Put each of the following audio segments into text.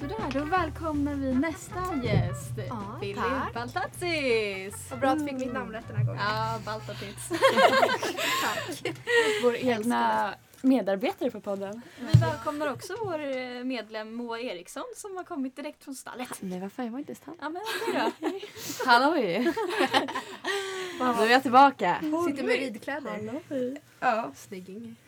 Sådär, då välkomnar vi nästa gäst. Ja, Billy tack. Baltatsis. Vad bra att du fick mitt namn rätt den här gången. Ja, Baltatits. Tack. Vår egna medarbetare på podden. Vi välkomnar också vår medlem Moa Eriksson som har kommit direkt från stallet. Nej, vad fan, jag var inte stan. Ja, men det då? Halloj! Nu är jag tillbaka. Sitter med ridkläder. Halloj. Ja, snygging.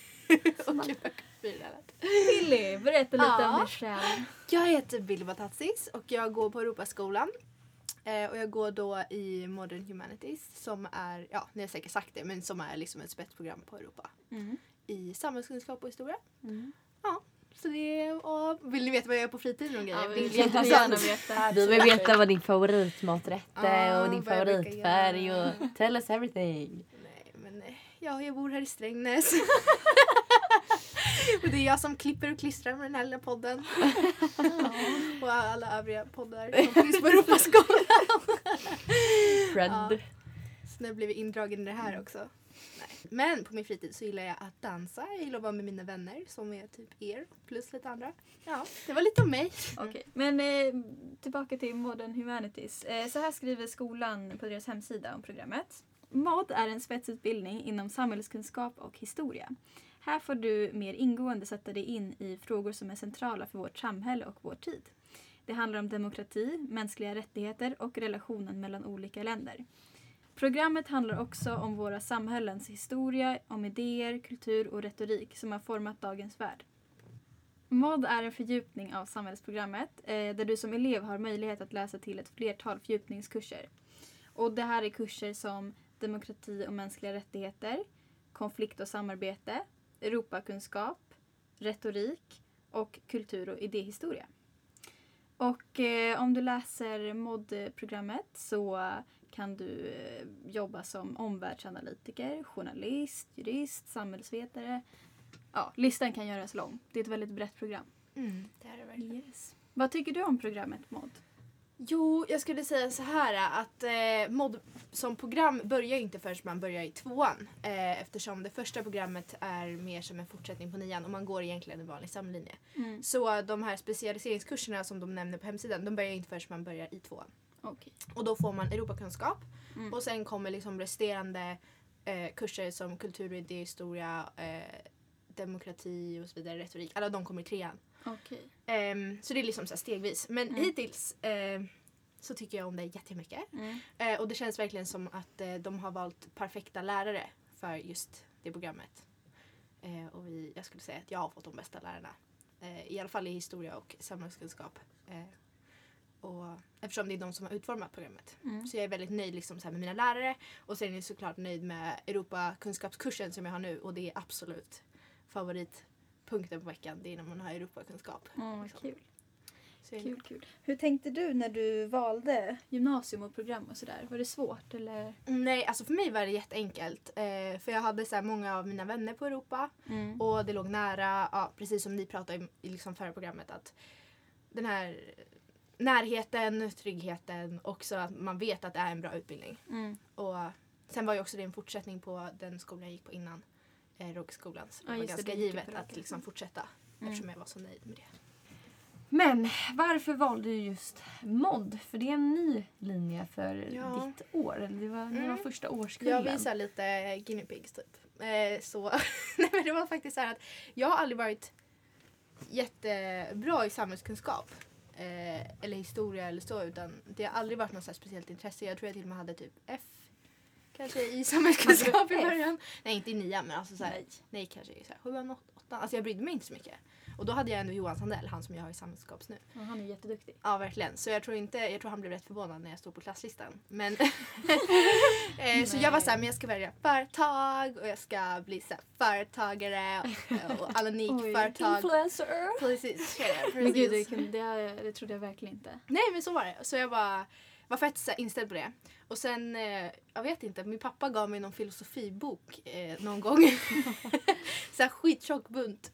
Billy, berätta lite Ja. om dig själv. Jag heter Billy Baltatsis och jag går på Europaskolan. Och jag går då i Modern Humanities som är, ja, ni har säkert sagt det, men som är liksom ett spetsprogram på Europa. I samhällskunskap och historia. Ja, så det och vill ni veta vad jag gör på fritiden och grejer? Ja, vi Det är vill jättegärna veta. Vi vill veta vad din favoritmaträtt är Ja, och din vad jag brukar favoritfärg göra. och tell us everything. Nej, men ja, jag bor här i Strängnäs. Och det är jag som klipper och klistrar med den här lilla podden. Och alla övriga poddar som finns på Europaskolan. Fred. Ja. Så nu blir vi indragen i det här också. Nej. Men på min fritid så gillar jag att dansa. Jag gillar att vara med mina vänner som är typ er plus lite andra. Ja, det var lite om mig. Okej, men tillbaka till Modern Humanities. Så här skriver skolan på deras hemsida om programmet. MOD är en spetsutbildning inom samhällskunskap och historia. Här får du mer ingående sätta dig in i frågor som är centrala för vårt samhälle och vår tid. Det handlar om demokrati, mänskliga rättigheter och relationen mellan olika länder. Programmet handlar också om våra samhällens historia, om idéer, kultur och retorik som har format dagens värld. MOD är en fördjupning av samhällsprogrammet där du som elev har möjlighet att läsa till ett flertal fördjupningskurser. Och det här är kurser som demokrati och mänskliga rättigheter, konflikt och samarbete, Europakunskap, retorik och kultur- och idéhistoria. Och om du läser MOD-programmet så kan du jobba som omvärldsanalytiker, journalist, jurist, samhällsvetare. Ja, listan kan göras lång. Det är ett väldigt brett program. Det är det verkligen. Yes. Vad tycker du om programmet MOD? Jo, jag skulle säga så här att MOD som program börjar inte förrän man börjar i 2:an. Eftersom det första programmet är mer som en fortsättning på 9:an och man går egentligen en vanlig samlinje. Så de här specialiseringskurserna som de nämner på hemsidan, de börjar inte förrän man börjar i 2:an. Okej. Och då får man Europakunskap. Och sen kommer liksom resterande kurser som kultur- och idéhistoria, demokrati och så vidare, retorik. Alla de kommer i 3:an. Okej. Så det är liksom så här stegvis. Men hittills så tycker jag om det jättemycket. Och det känns verkligen som att de har valt perfekta lärare för just det programmet. Och jag skulle säga att jag har fått de bästa lärarna. I alla fall i historia och samhällskunskap. Och eftersom det är de som har utformat programmet. Så jag är väldigt nöjd liksom så här med mina lärare. Och sen är jag såklart nöjd med Europakunskapskursen som jag har nu. Och det är absolut favoritpunkten på veckan. Det är när man har Europakunskap. Vad kul. Så Kul. Hur tänkte du när du valde gymnasium och program och sådär? Var det svårt eller? Nej, alltså för mig var det jätteenkelt. För jag hade så här många av mina vänner på Europa. Och det låg nära, ja, precis som ni pratade i liksom förra programmet. Att den här närheten, tryggheten och så att man vet att det är en bra utbildning. Och sen var ju också det en fortsättning på den skolan jag gick på innan. Rockskolan. Så det var just det, ganska du gick givet på att Rock. liksom fortsätta. Eftersom jag var så nöjd med det. Men varför valde du just MOD? För det är en ny linje för ditt år. Eller det var första årskullen. Jag visar lite guinea pigs typ. Så nej, men det var faktiskt så här att jag har aldrig varit jättebra i samhällskunskap. Eller historia eller så. Utan det har aldrig varit något så här speciellt intresse. Jag tror jag till och med hade typ F. Kanske i samhällskunskap i början. Nej, inte i 9:an men alltså så här, nej kanske i 7:an, 8:an. Alltså jag brydde mig inte så mycket. Och då hade jag ändå Johan Sandell, han som jag har i samhällskunskap nu. Ja, han är jätteduktig. Ja, verkligen. Så jag tror han blev rätt förvånad när jag stod på klasslistan. Men så jag var så här, men jag ska välja företag och jag ska bli så här, företagare och alla företag. Influencer! Precis. Men gud, det trodde jag verkligen inte. Nej, men så var det. Så jag var fett så här, inställd på det. Och sen, jag vet inte, min pappa gav mig någon filosofibok någon gång. Så här skittjock bunt.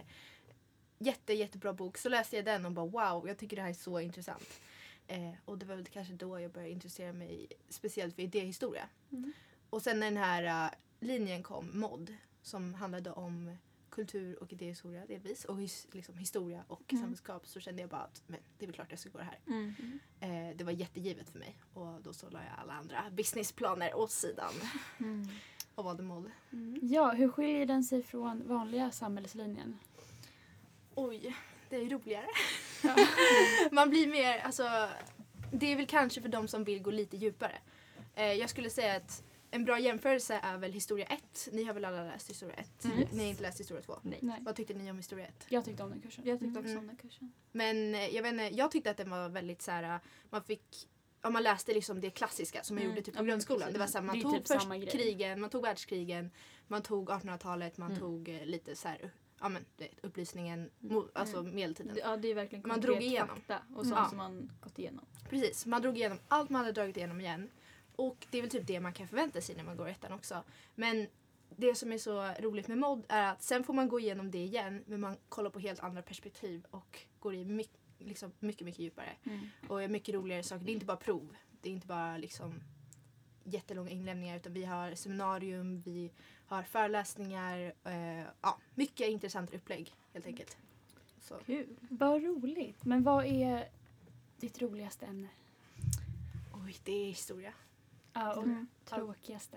Jättebra bok. Så läste jag den och bara wow, jag tycker det här är så intressant. Och det var väl kanske då jag började intressera mig speciellt för idéhistoria. Och sen när den här linjen kom, MOD, som handlade om kultur och idéhistoria delvis och liksom historia och samhällskunskap så kände jag bara att men det är väl klart jag ska gå det här. Det var jättegivet för mig och då så la jag alla andra businessplaner åt sidan och valde mod. Ja, hur skiljer den sig från vanliga samhällslinjen? Oj, det är roligare. Man blir mer, alltså det är väl kanske för de som vill gå lite djupare. Jag skulle säga att en bra jämförelse är väl historia 1. Ni har väl alla läst historia 1? Ni har inte läst historia 2? Nej. Vad tyckte ni om historia 1? Jag tyckte om den kursen. Jag tyckte också om den kursen. Men jag vet inte, jag tyckte att den var väldigt så här, man läste liksom det klassiska som man gjorde typ på grundskolan. Det var så här, man Det är tog typ först samma grej. krigen, man tog världskrigen, man tog 1800-talet, man tog lite så här, upplysningen, alltså medeltiden. Ja, det är verkligen Man konkret drog igenom. fakta och sånt som man gått igenom. Precis, man drog igenom allt man hade dragit igenom igen. Och det är väl typ det man kan förvänta sig när man går ettan också. Men det som är så roligt med mod är att sen får man gå igenom det igen men man kollar på helt andra perspektiv och går i mycket djupare. Och är mycket roligare saker. Det är inte bara prov. Det är inte bara liksom jättelånga inlämningar utan vi har seminarium, vi har föreläsningar. Mycket intressant upplägg helt enkelt. Så. Kul. Vad roligt. Men vad är ditt roligaste ämne? Oj, det är historia. Ja, och tråkigaste.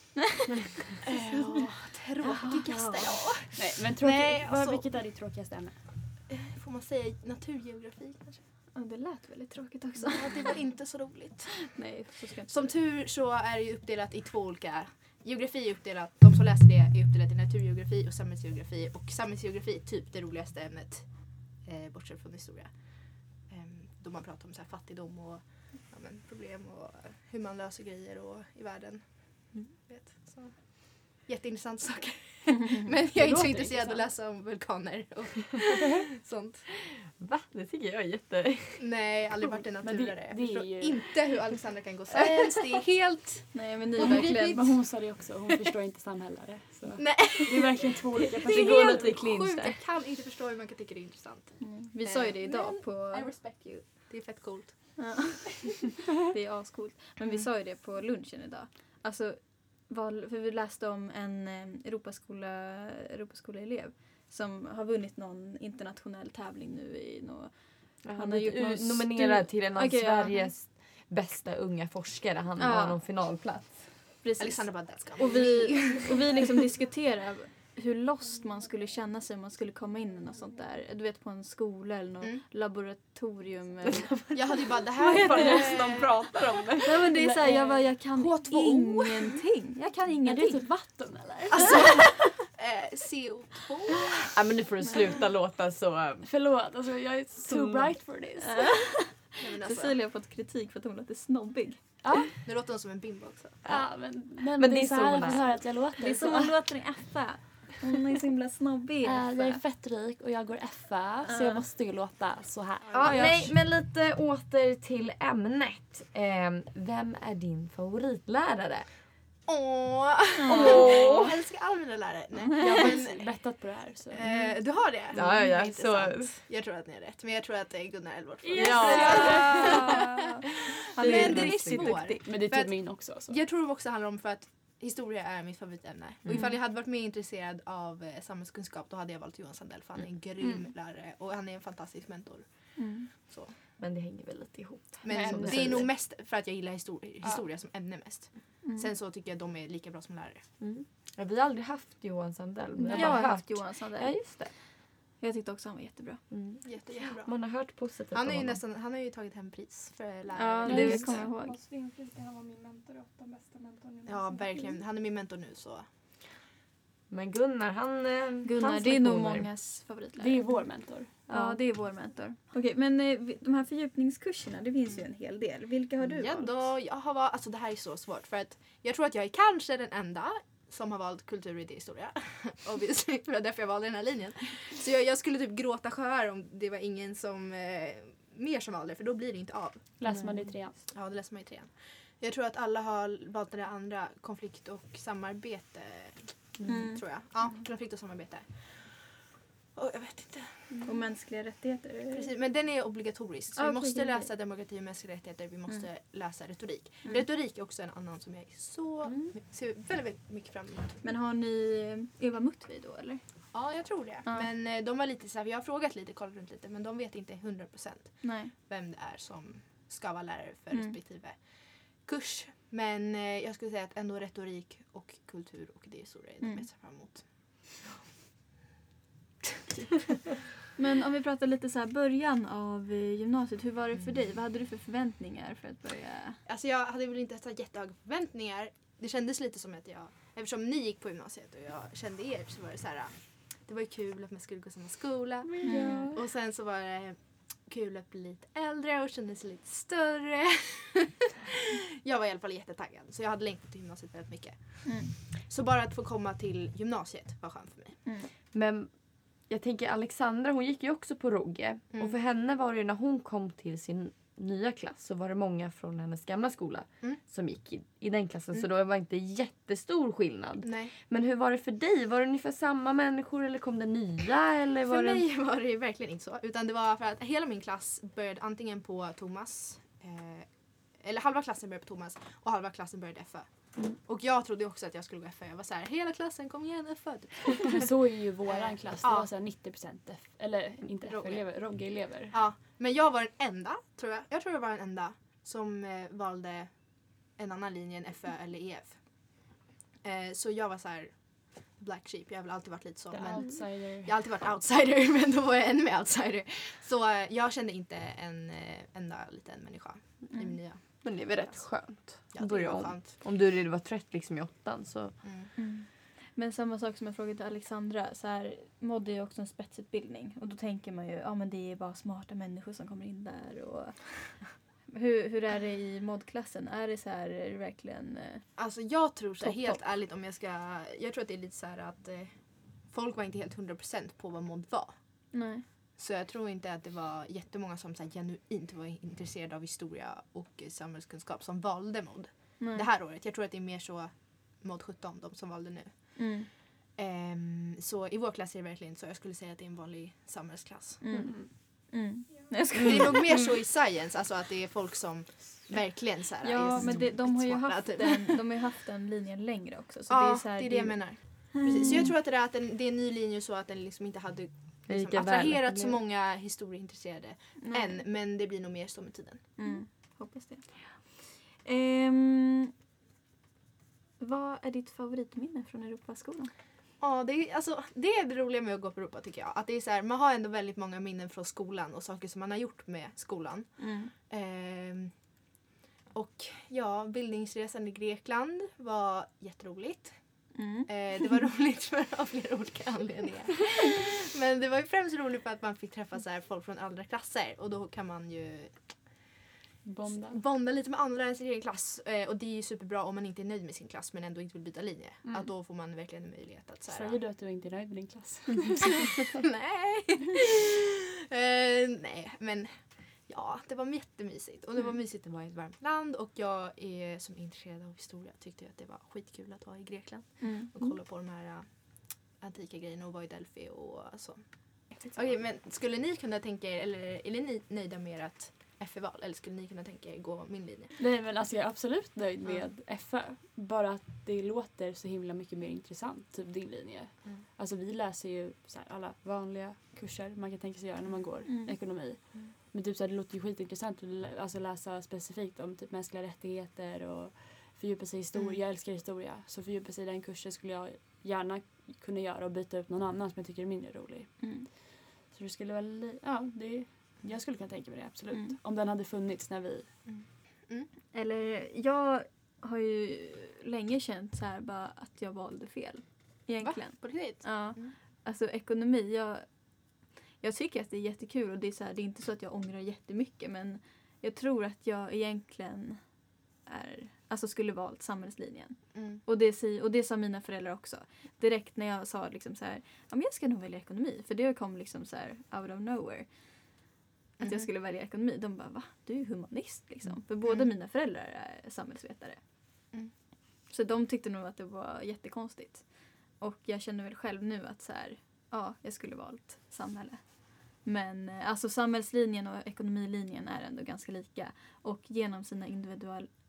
Tråkigaste, Nej, men vilket är ditt tråkigaste ämne? Får man säga naturgeografi kanske? Ja, det lät väldigt tråkigt också. Ja, det var inte så roligt. Nej, så ska jag inte Som säga. tur så är det ju uppdelat i 2 olika. Geografi är uppdelat, de som läser det är uppdelat i naturgeografi och samhällsgeografi. Och samhällsgeografi är typ det roligaste ämnet, bortsett från historia. Då man pratar om så här fattigdom och problem och hur man löser grejer och i världen. Vet, så. Jätteintressanta saker. Men jag är inte så intresserad av att läsa om vulkaner och sånt. Va? Det tycker jag är jätte... Nej, aldrig varit en Men naturare. det är Jag förstår ju- inte hur Alexandra kan gå science. Det är helt... Nej, men ni är verkligen... Men hon sa det också, hon förstår inte samhällare. Så. Nej. Det är verkligen 2 olika Det är personer. går helt lite i clinch sjukt. där. Jag kan inte förstå hur man kan tycka det är intressant. Vi sa ju det idag Men på... I respect you. Det är fett coolt. Ja. Det är ascoolt. Men vi sa ju det på lunchen idag. Alltså, för vi läste om en Europaskola-elev som har vunnit någon internationell tävling nu i Han har gjort nominerad till en av Sveriges bästa unga forskare. Han har någon finalplats. Precis. Alexandra bara, that's Och vi liksom diskuterar hur lost man skulle känna sig om man skulle komma in i något sånt där. Du vet, på en skola eller något laboratorium. Jag hade ju bara, det här är Vad bara... lost de pratar om det. Nej, men det är så här, jag kan H2O. ingenting. Jag kan Är det ingenting. typ vatten eller? Alltså, CO2. Ja, men nu får du sluta låta så... Förlåt, alltså jag är too bright for this. Nej, men alltså, Cecilia har fått kritik för att hon låter snobbig. nu låter hon som en bimbo också. Ja, men det det är är så så här hon jag är. får höra att jag låter. Det är som hon låter i FA. Hon är så himla snobbig. Jag är fett rik och jag går FA så jag måste ju låta så här. Ja, nej, men lite åter till ämnet. Vem är din favoritlärare? Jag älskar alla mina lärare. Nej. Jag har faktiskt bettat på det här. Så. Du har det? Ja. Intressant. Jag tror att ni är rätt. Men jag tror att det är Gunnar Elvort. Han Men är den är riktigt svår. duktig. Men det är För typ att- min också. Så. Jag tror det också handlar om för att historia är mitt favoritämne. Och ifall jag hade varit mer intresserad av samhällskunskap då hade jag valt Johan Sandell för han är en grym lärare och han är en fantastisk mentor. Så. Men det hänger väl lite ihop. Men som du det är säger. nog mest för att jag gillar historia som ämne mest. Sen så tycker jag de är lika bra som lärare. Ja, vi har aldrig haft Johan Sandell. Men Jag har bara haft Johan Ja, Sandell. just det. Jag tyckte också han var jättebra. Jättebra. Man har hört positivt Han, om är ju honom. han har ju tagit hem pris för Ja, lärare. det just kommer jag ihåg. Han var min mentor och den bästa mentorn. Ja, verkligen. Han är min mentor nu så. Men Gunnar, Gunnar, hans det är nog lektioner. mångas favoritlärare. Det är vår mentor. Ja, det är vår mentor. Okej, men de här fördjupningskurserna, det finns ju en hel del. Vilka har du Ja, valt? då, jag har valt, alltså det här är så svårt för att jag tror att jag är kanske den enda som har valt kultur och idéhistoria. Obviously, för det är därför jag valde den här linjen. Så jag skulle typ gråta sjöar om det var ingen som mer som valde för då blir det inte av. Läser man det i 3:an. Ja, det läser man i 3:an. Jag tror att alla har valt det andra, konflikt och samarbete. Tror jag. Ja, konflikt och samarbete. Och jag vet inte. Och mänskliga rättigheter. Precis, men den är obligatorisk. Så vi Okej, måste okej. läsa demokrati och mänskliga rättigheter. Vi måste läsa retorik. Retorik är också en annan som jag är ser väldigt, väldigt mycket fram emot. Men har ni Eva Mutvi då, eller? Ja, jag tror det. Ja. Men de var lite så här, vi har frågat lite, kollat runt lite, men de vet inte 100% Nej. vem det är som ska vara lärare för Mm. respektive kurs. Men jag skulle säga att ändå retorik och kultur och idéhistoria är det jag ser fram emot. Men om vi pratar lite så här början av gymnasiet, hur var det för dig? Vad hade du för förväntningar för att börja? Alltså jag hade väl inte så jättehöga förväntningar. Det kändes lite som att eftersom ni gick på gymnasiet och jag kände er, så var det så här, det var ju kul att man skulle gå samma skola. Och sen så var det kul att bli lite äldre och kände sig lite större. Jag var i alla fall jättetaggad, så jag hade längtat till gymnasiet väldigt mycket. Så bara att få komma till gymnasiet var skönt för mig. Men jag tänker Alexandra, hon gick ju också på Rogge. Och för henne var det ju när hon kom till sin nya klass så var det många från hennes gamla skola som gick i den klassen. Så då var det inte jättestor skillnad. Nej. Men hur var det för dig? Var det ungefär samma människor eller kom det nya? Eller var För mig var det verkligen inte så. Utan det var för att hela min klass började antingen på Thomas. Eller halva klassen började på Thomas och halva klassen började FÖ. Och jag trodde också att jag skulle gå FÖ. Jag var så här, hela klassen kom igen FÖ. Men så är ju våran klass. Det Ja. var så här 90% eller inte FÖ-elever, Rogge-elever. Ja, men jag var den enda, tror jag. Jag tror jag var den enda som valde en annan linje än FÖ eller EF. Så jag var så här black sheep. Jag har väl alltid varit lite så. The Men outsider. jag har alltid varit outsider, men då var jag ännu mer outsider. Så jag kände inte en enda liten människa i min nya. Men det är väl rätt skönt. Ja, det Börja var om. skönt. Om du redan var trött liksom i 8 så... Men samma sak som jag frågade till Alexandra, så här, mod är ju också en spetsutbildning och då tänker man ju, ja men det är bara smarta människor som kommer in där och hur är det i modklassen? Är det så här, är det verkligen Alltså jag tror så här, Topp, helt topp. ärligt om jag tror att det är lite så här att folk var inte helt 100% på vad mod var. nej. Så jag tror inte att det var jättemånga som så här, genuint var intresserade av historia och samhällskunskap som valde mod Nej. det här året. Jag tror att det är mer så mod 17, de som valde nu. Så i vår klass är det verkligen så. Jag skulle säga att det är en vanlig samhällsklass. Nej, jag Det skojar. är nog mer så i science, alltså att det är folk som verkligen så här, Ja, är men de har ju smarta, haft typ. de har ju haft den linjen längre också. Så Ja, det är så här, det är det jag menar. Precis. Så jag tror att det är, det är en ny linje så att den liksom inte hade liksom Lika attraherat så väl. många historieintresserade Nej. än. Men det blir nog mer så med tiden. Hoppas det. Vad är ditt favoritminne från Europaskolan? Ja, det är det roliga med att gå på Europa tycker jag. Att det är så här, man har ändå väldigt många minnen från skolan och saker som man har gjort med skolan. Och ja, bildningsresan i Grekland var jätteroligt. Det var roligt av flera olika anledningar. Men det var ju främst roligt för att man fick träffa så här folk från andra klasser. Och då kan man ju bonda lite med andra än sin egen klass. Och det är ju superbra om man inte är nöjd med sin klass men ändå inte vill byta linje. Att då får man verkligen en möjlighet att så här, Säger du att du inte är nöjd med din klass? nej. Nej, men ja, det var jättemysigt. Och det var mysigt att vara i ett varmt land. Och jag är som intresserad av historia tyckte jag att det var skitkul att vara i Grekland. Och kolla på de här antika grejerna och vara i Delphi och så. Okej, men skulle ni kunna tänka er, eller är ni nöjda med att FE-val? Eller skulle ni kunna tänka er gå min linje? Nej men alltså jag är absolut nöjd med FÖ. Bara att det låter så himla mycket mer intressant, typ din linje. Alltså vi läser ju så här, alla vanliga kurser man kan tänka sig göra när man går ekonomi. Men typ så här, det låter ju skitintressant att alltså, läsa specifikt om typ mänskliga rättigheter och fördjupa sig i historia. Jag älskar historia. Så fördjupa sig i den kursen skulle jag gärna kunna göra och byta ut någon annan som jag tycker är mindre rolig. Så det skulle väl, jag skulle kunna tänka mig det, absolut. Om den hade funnits när vi... Eller jag har ju länge känt så här bara att jag valde fel. Egentligen. Va? På riktigt? Ja. Alltså ekonomi, jag tycker att det är jättekul och det är så här, det är inte så att jag ångrar jättemycket men jag tror att jag egentligen skulle valt samhällslinjen. Och det sa mina föräldrar också. Direkt när jag sa liksom så här, ja men jag ska nog välja ekonomi för det kom liksom så här out of nowhere. Att jag skulle välja ekonomi. De bara, va? Du är humanist liksom. För båda mina föräldrar är samhällsvetare. Så de tyckte nog att det var jättekonstigt. Och jag känner väl själv nu att så här, ja, jag skulle valt samhälle. Men alltså samhällslinjen och ekonomilinjen är ändå ganska lika. Och genom sina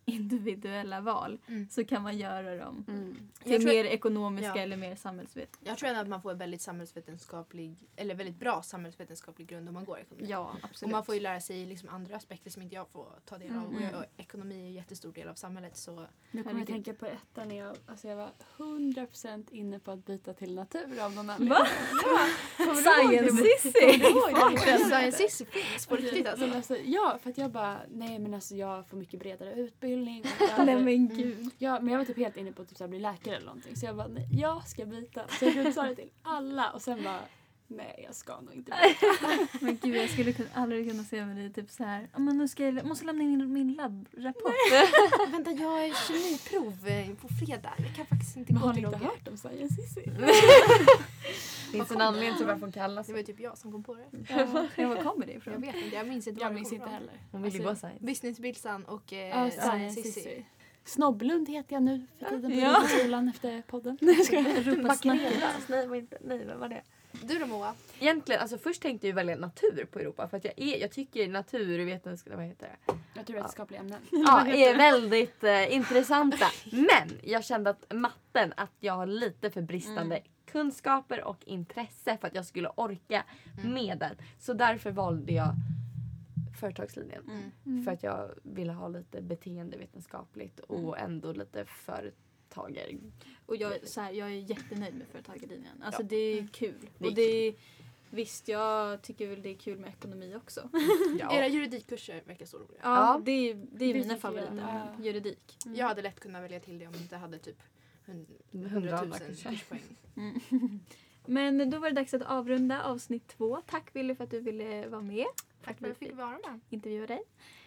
individuella val så kan man göra dem till mer ekonomiska eller mer samhällsvetenskapliga. Jag tror ändå att man får en väldigt bra samhällsvetenskaplig grund om man går ekonomi. Ja, absolut. Och man får ju lära sig liksom andra aspekter som inte jag får ta del av. Och ekonomi är en jättestor del av samhället. Så Nu kommer jag tänka på ettan när jag var 100% inne på att byta till natur av någon anledning. Va? Science Sissi! Science Sissi finns på riktigt alltså. Ja, för att jag bara, nej men alltså jag får mycket bredare utbildning. Nej men gud. Ja, men jag var typ helt inne på att typ, så här, bli läkare eller någonting. Så jag bara, nej, jag ska byta. Så jag sa det till alla och sen bara, nej jag ska nog inte byta. Men gud, jag skulle aldrig kunna se mig typ så här. Men nu måste lämna in min labbrapport. Vänta, jag har kemiprov på fredag. Jag kan faktiskt inte Men gå har ni till inte Roger. hört om Science Sissi? Det finns en anledning till varför hon kallas. Det var ju typ jag som kom på det. Var kommer det ifrån? Jag vet inte, jag minns inte. Jag minns inte heller. Hon vill ju gå science. Business Bilsan och Science Sissi. Sissi. Snobblund heter jag nu för tiden på Ja. skolan efter podden. Nej, jag ska Ropa snacket. Nej, vad var det? Du då Moa? Egentligen, alltså först tänkte jag välja natur på Europa. För att jag tycker naturvetenskap, vad heter det? Naturvetenskapliga ämnen. Ja, är väldigt intressanta. Men jag kände att matten, att jag har lite för bristande kunskaper och intresse för att jag skulle orka med den. Så därför valde jag företagslinjen. För att jag ville ha lite beteendevetenskapligt och ändå lite företagare. Och jag är jättenöjd med företagarlinjen. Alltså det är kul. Det är och det är, visst, jag tycker väl det är kul med ekonomi också. Era juridikkurser verkar så roliga. Ja, det är Det mina tycker favoriter. jag. Juridik. Jag hade lätt kunnat välja till det om jag inte hade typ 100 000 kurspoäng. Men då var det dags att avrunda avsnitt 2. Tack Willy för att du ville vara med. Tack för att jag fick vara med. Intervjua dig.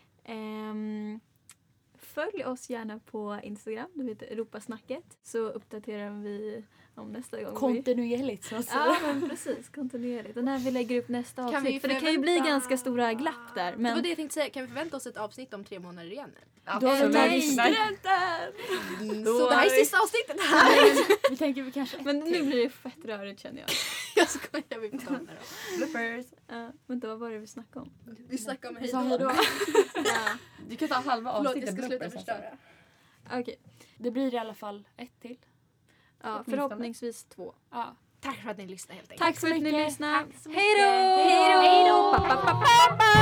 Följ oss gärna på Instagram. Du heter Europasnacket. Så uppdaterar vi om nästa gång. Kontinuerligt så att säga. Ja, men precis. Kontinuerligt. Och när vi lägger upp nästa Kan avsnitt. vi För det kan ju bli förvänta- ganska stora glapp där. Det Men var det jag tänkte säga. Kan vi förvänta oss ett avsnitt om 3 månader igen? Då har vi nej. tagit studenten! Så det här är sista avsnittet här! Vi tänker vi kanske Men nu blir det fett rörigt känner jag. Jag skojar, vi får ta det då. Bloopers. Vänta, vad var det vi snackade om? Vi snackar om Vi sa hej då. Du kan ta halva Förlåt, jag avsnittet ska sluta bloopers. Alltså. förstöra. Okej. Det blir i alla fall 1 till. Ja, förhoppningsvis 2. Ja. Tack för att ni lyssnade helt enkelt. Tack för att ni mycket. lyssnade. Tack så Hej då! mycket. Hej då!